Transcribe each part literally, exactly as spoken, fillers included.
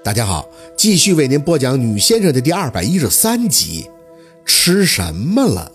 大家好，继续为您播讲女先生的第二百一十三集，吃什么了？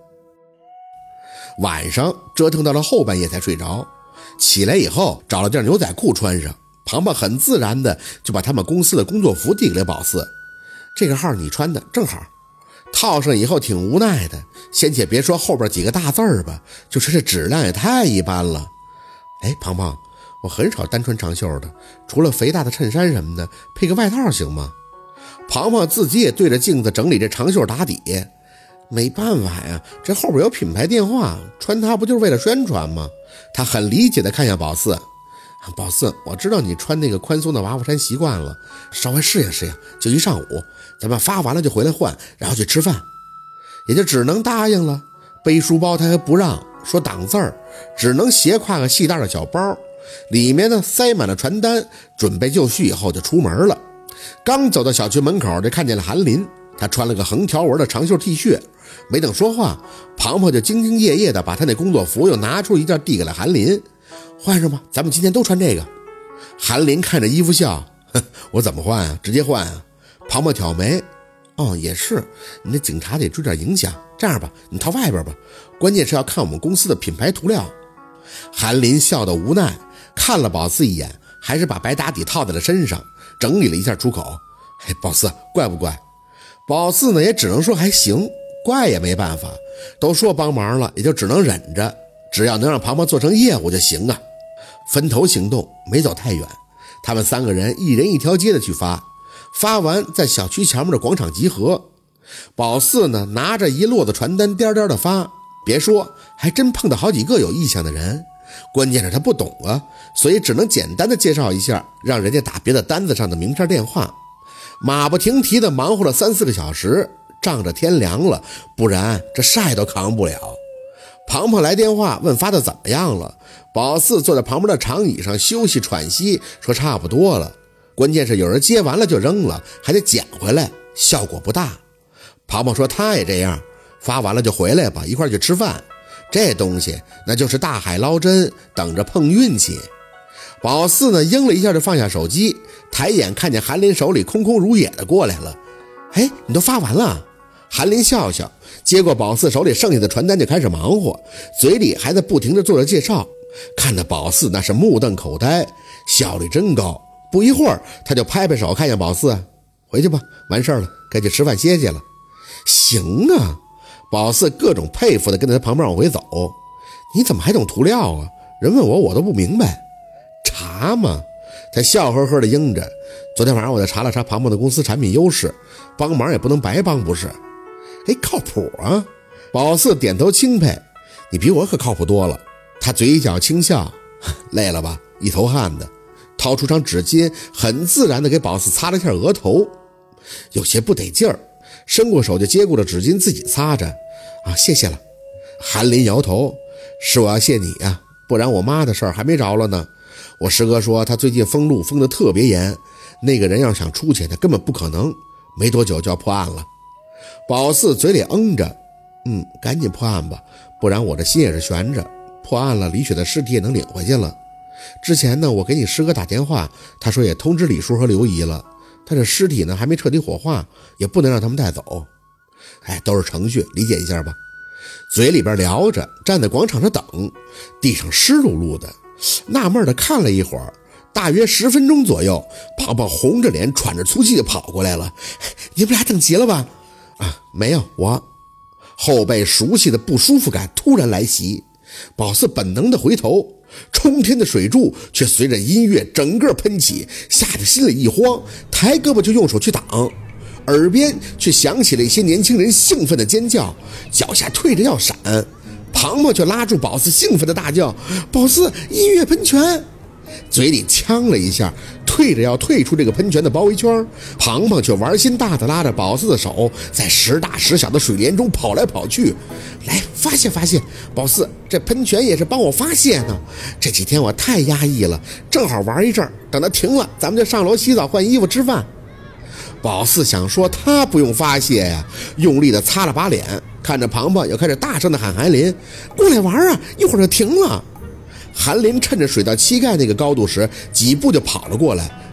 晚上折腾到了后半夜才睡着，起来以后找了件牛仔裤穿上，庞庞很自然的就把他们公司的工作服递给了宝四，这个号你穿的正好。套上以后挺无奈的，先且别说后边几个大字儿吧，就是这质量也太一般了。哎，庞庞，我很少单穿长袖的，除了肥大的衬衫什么的，配个外套行吗？庞庞自己也对着镜子整理这长袖打底，没办法呀，这后边有品牌电话，穿它不就是为了宣传吗？他很理解的看向宝四，宝四，我知道你穿那个宽松的娃娃衫习惯了，稍微适应适应，就一上午，咱们发完了就回来换，然后去吃饭。也就只能答应了，背书包他还不让，说挡字儿，只能斜挎个细带的小包，里面呢塞满了传单，准备就绪以后就出门了。刚走到小区门口就看见了韩林，他穿了个横条纹的长袖 T 恤，没等说话，庞庞就兢兢业业的把他那工作服又拿出一件递给了韩林，换上吧，咱们今天都穿这个。韩林看着衣服笑，我怎么换啊？直接换啊？庞庞挑眉，哦，也是，你那警察得注点影响，这样吧，你套外边吧，关键是要看我们公司的品牌涂料。韩林笑得无奈，看了宝四一眼，还是把白打底套在了身上，整理了一下出口。嘿，宝四，怪不怪？宝四呢也只能说还行，怪也没办法，都说帮忙了，也就只能忍着，只要能让庞庞做成业务就行啊。分头行动，没走太远，他们三个人一人一条街的去发，发完在小区前面的广场集合。宝四呢拿着一摞的传单颠颠的发，别说还真碰到好几个有意向的人，关键是他不懂啊，所以只能简单的介绍一下，让人家打别的单子上的名片电话。马不停蹄的忙活了三四个小时，仗着天凉了，不然这晒都扛不了。庞庞来电话问发的怎么样了，宝四坐在旁边的长椅上休息喘息，说差不多了，关键是有人接完了就扔了，还得捡回来，效果不大。庞庞说他也这样，发完了就回来吧，一块去吃饭，这东西那就是大海捞针，等着碰运气。宝四呢应了一下就放下手机，抬眼看见韩林手里空空如也的过来了。哎，你都发完了？韩林笑笑，接过宝四手里剩下的传单就开始忙活，嘴里还在不停地做着介绍，看得宝四那是目瞪口呆，效率真高。不一会儿他就拍拍手，看见宝四，回去吧，完事儿了，该去吃饭歇歇了。行啊，宝四各种佩服的跟在他旁边往回走。你怎么还懂涂料啊？人问我我都不明白。查嘛，他笑呵呵的应着。昨天晚上我再查了查庞庞的公司产品优势，帮忙也不能白帮不是。哎，靠谱啊。宝四点头钦佩，你比我可靠谱多了。他嘴角轻笑，累了吧，一头汗的，掏出张纸巾，很自然的给宝四擦了一下额头，有些不得劲儿，伸过手就接过了纸巾自己擦着。啊，谢谢了。韩林摇头，是我要谢你啊，不然我妈的事儿还没着了呢。我师哥说他最近封路封得特别严，那个人要想出去他根本不可能，没多久就要破案了。宝四嘴里嗯着，嗯，赶紧破案吧，不然我这心也是悬着，破案了李雪的尸体也能领回去了。之前呢我给你师哥打电话，他说也通知李叔和刘姨了，他这尸体呢还没彻底火化，也不能让他们带走。哎，都是程序，理解一下吧。嘴里边聊着，站在广场上等，地上湿漉漉的，纳闷的看了一会儿，大约十分钟左右，庞庞红着脸喘着粗气就跑过来了。你们俩等急了吧？啊，没有，我后背熟悉的不舒服感突然来袭，宝四本能的回头，冲天的水柱却随着音乐整个喷起，吓得心里一慌，抬胳膊就用手去挡，耳边却响起了一些年轻人兴奋的尖叫，脚下退着要闪，庞庞却拉住宝四兴奋的大叫，宝四，音乐喷泉！嘴里呛了一下，退着要退出这个喷泉的包围圈，庞庞却玩心大的拉着宝四的手，在时大时小的水帘中跑来跑去。来，发泄发泄，宝四，这喷泉也是帮我发泄呢。这几天我太压抑了，正好玩一阵，等它停了，咱们就上楼洗澡、换衣服、吃饭。宝四想说他不用发泄呀，用力的擦了把脸，看着庞庞又开始大声的喊韩林，过来玩啊，一会儿就停了。韩林趁着水到膝盖那个高度时，几步就跑了过来，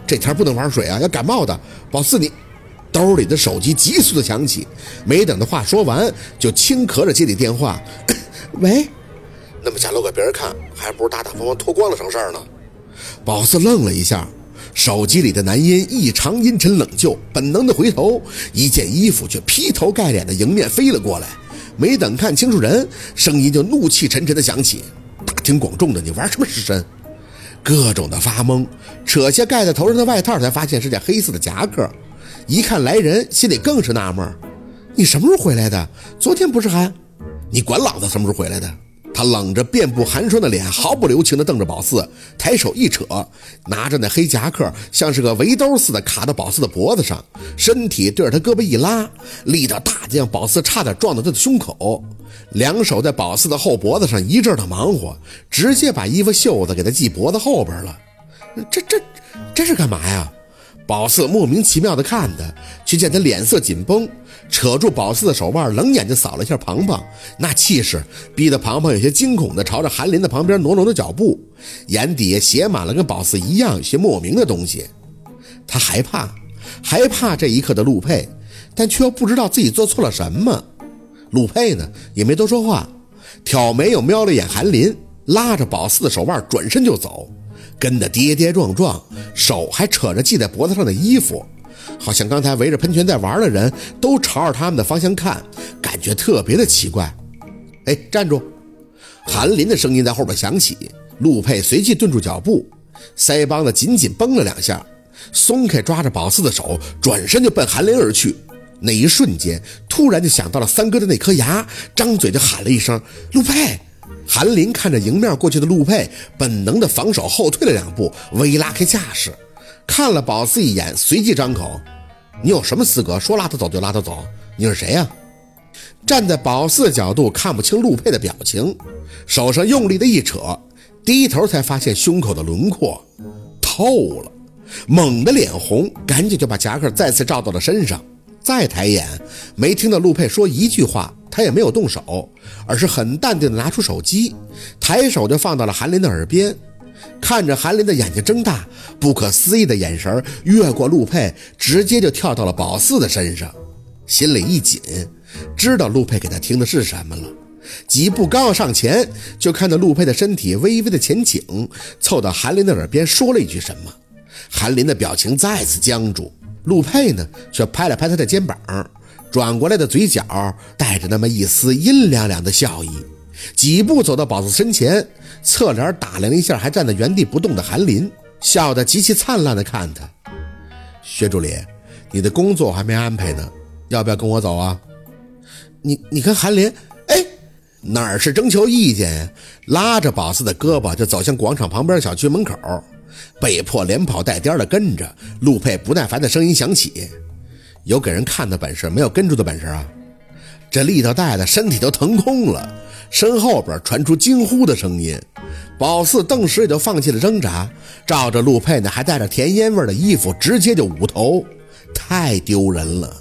这天不能玩水啊，要感冒的。宝四你……兜里的手机急速的响起，没等他话说完，就轻咳着接起电话。喂，那么下楼给别人看，还不如大大方方脱光了省事儿呢。宝四愣了一下，手机里的男音异常阴沉冷峻，本能的回头，一件衣服却劈头盖脸的迎面飞了过来。没等看清楚人，声音就怒气沉沉的响起：大庭广众的，你玩什么失身？各种的发懵，扯下盖在头上的外套，才发现是件黑色的夹克。一看来人，心里更是纳闷，你什么时候回来的？昨天不是还……你管老子什么时候回来的？他冷着遍布寒霜的脸，毫不留情地瞪着宝四，抬手一扯，拿着那黑夹克像是个围兜似的卡到宝四的脖子上，身体对着他胳膊一拉，力道大的让宝四差点撞到他的胸口，两手在宝四的后脖子上一阵的忙活，直接把衣服袖子给他系脖子后边了。这这这是干嘛呀？宝四莫名其妙地看他，却见他脸色紧绷，扯住宝四的手腕，冷眼睛扫了一下庞庞，那气势逼得庞庞有些惊恐地朝着韩林的旁边挪挪的脚步，眼底下写满了跟宝四一样有些莫名的东西。他害怕，害怕这一刻的陆佩，但却又不知道自己做错了什么。陆佩呢，也没多说话，挑眉又瞄了一眼韩林，拉着宝四的手腕转身就走，跟得跌跌撞撞，手还扯着系在脖子上的衣服，好像刚才围着喷泉在玩的人都朝着他们的方向看，感觉特别的奇怪。哎，站住！韩林的声音在后边响起，陆佩随即顿住脚步，腮帮子紧紧绷了两下，松开抓着宝四的手，转身就奔韩林而去。那一瞬间，突然就想到了三哥的那颗牙，张嘴就喊了一声陆佩。韩林看着迎面过去的陆佩，本能的防守后退了两步，微拉开架势，看了宝四一眼，随即张口：你有什么资格说拉他走就拉他走？你是谁呀？站在宝四的角度看不清陆佩的表情，手上用力的一扯，低头才发现胸口的轮廓透了，猛地脸红，赶紧就把夹克再次罩到了身上。再抬眼，没听到陆佩说一句话，他也没有动手，而是很淡定地拿出手机，抬手就放到了韩林的耳边，看着韩林的眼睛睁大，不可思议的眼神越过陆佩，直接就跳到了宝四的身上，心里一紧，知道陆佩给他听的是什么了。几步刚要上前，就看到陆佩的身体微微的前倾，凑到韩林的耳边说了一句什么，韩林的表情再次僵住，陆佩呢却拍了拍他的肩膀，转过来的嘴角带着那么一丝阴凉凉的笑意，几步走到宝四身前，侧脸打量了一下还站在原地不动的韩林，笑得极其灿烂地看他。薛助理，你的工作还没安排呢，要不要跟我走啊？你你跟韩林？哎，哪是征求意见呀？拉着宝四的胳膊就走向广场旁边小区门口，被迫连跑带颠的跟着。陆佩不耐烦的声音响起：有给人看的本事，没有跟住的本事啊！这力道带的身体都腾空了，身后边传出惊呼的声音。宝四顿时也就放弃了挣扎，照着陆佩那还带着甜烟味的衣服直接就捂头，太丢人了。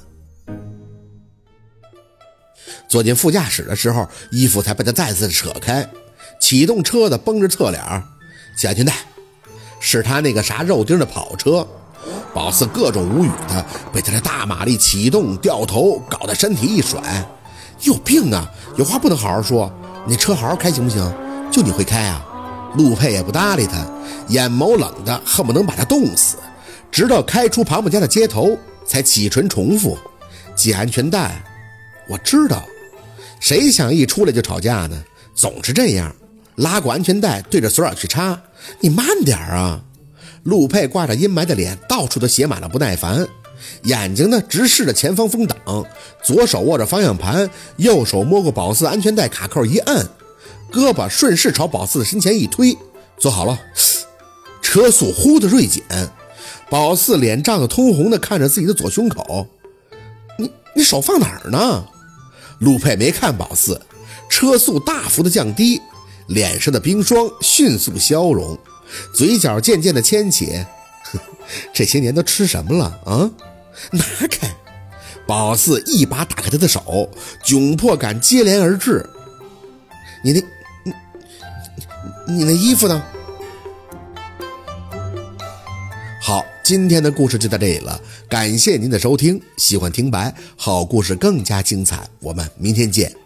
坐进副驾驶的时候，衣服才被他再次扯开，启动车的绷着侧脸，系安全带，是他那个啥肉丁的跑车。宝四各种无语的被他的大马力启动掉头搞得身体一甩，有病啊，有话不能好好说，你车好好开行不行？就你会开啊？陆佩也不搭理他，眼眸冷的恨不能把他冻死，直到开出庞庞家的街头才启唇重复系安全带。我知道，谁想一出来就吵架呢？总是这样，拉过安全带对着锁眼去插，你慢点啊！陆佩挂着阴霾的脸到处都写满了不耐烦，眼睛呢直视着前方风挡，左手握着方向盘，右手摸过宝四安全带卡扣一按，胳膊顺势朝宝四的身前一推，坐好了。车速忽的锐减，宝四脸涨得通红的看着自己的左胸口，你你手放哪儿呢？陆佩没看宝四，车速大幅的降低，脸上的冰霜迅速消融，嘴角渐渐的牵起，这些年都吃什么了啊？拿开！宝四一把打开他的手，窘迫感接连而至。你那，你你那衣服呢？好， 今天的故事就到这里了，感谢您的收听。喜欢听白，好故事更加精彩，我们明天见。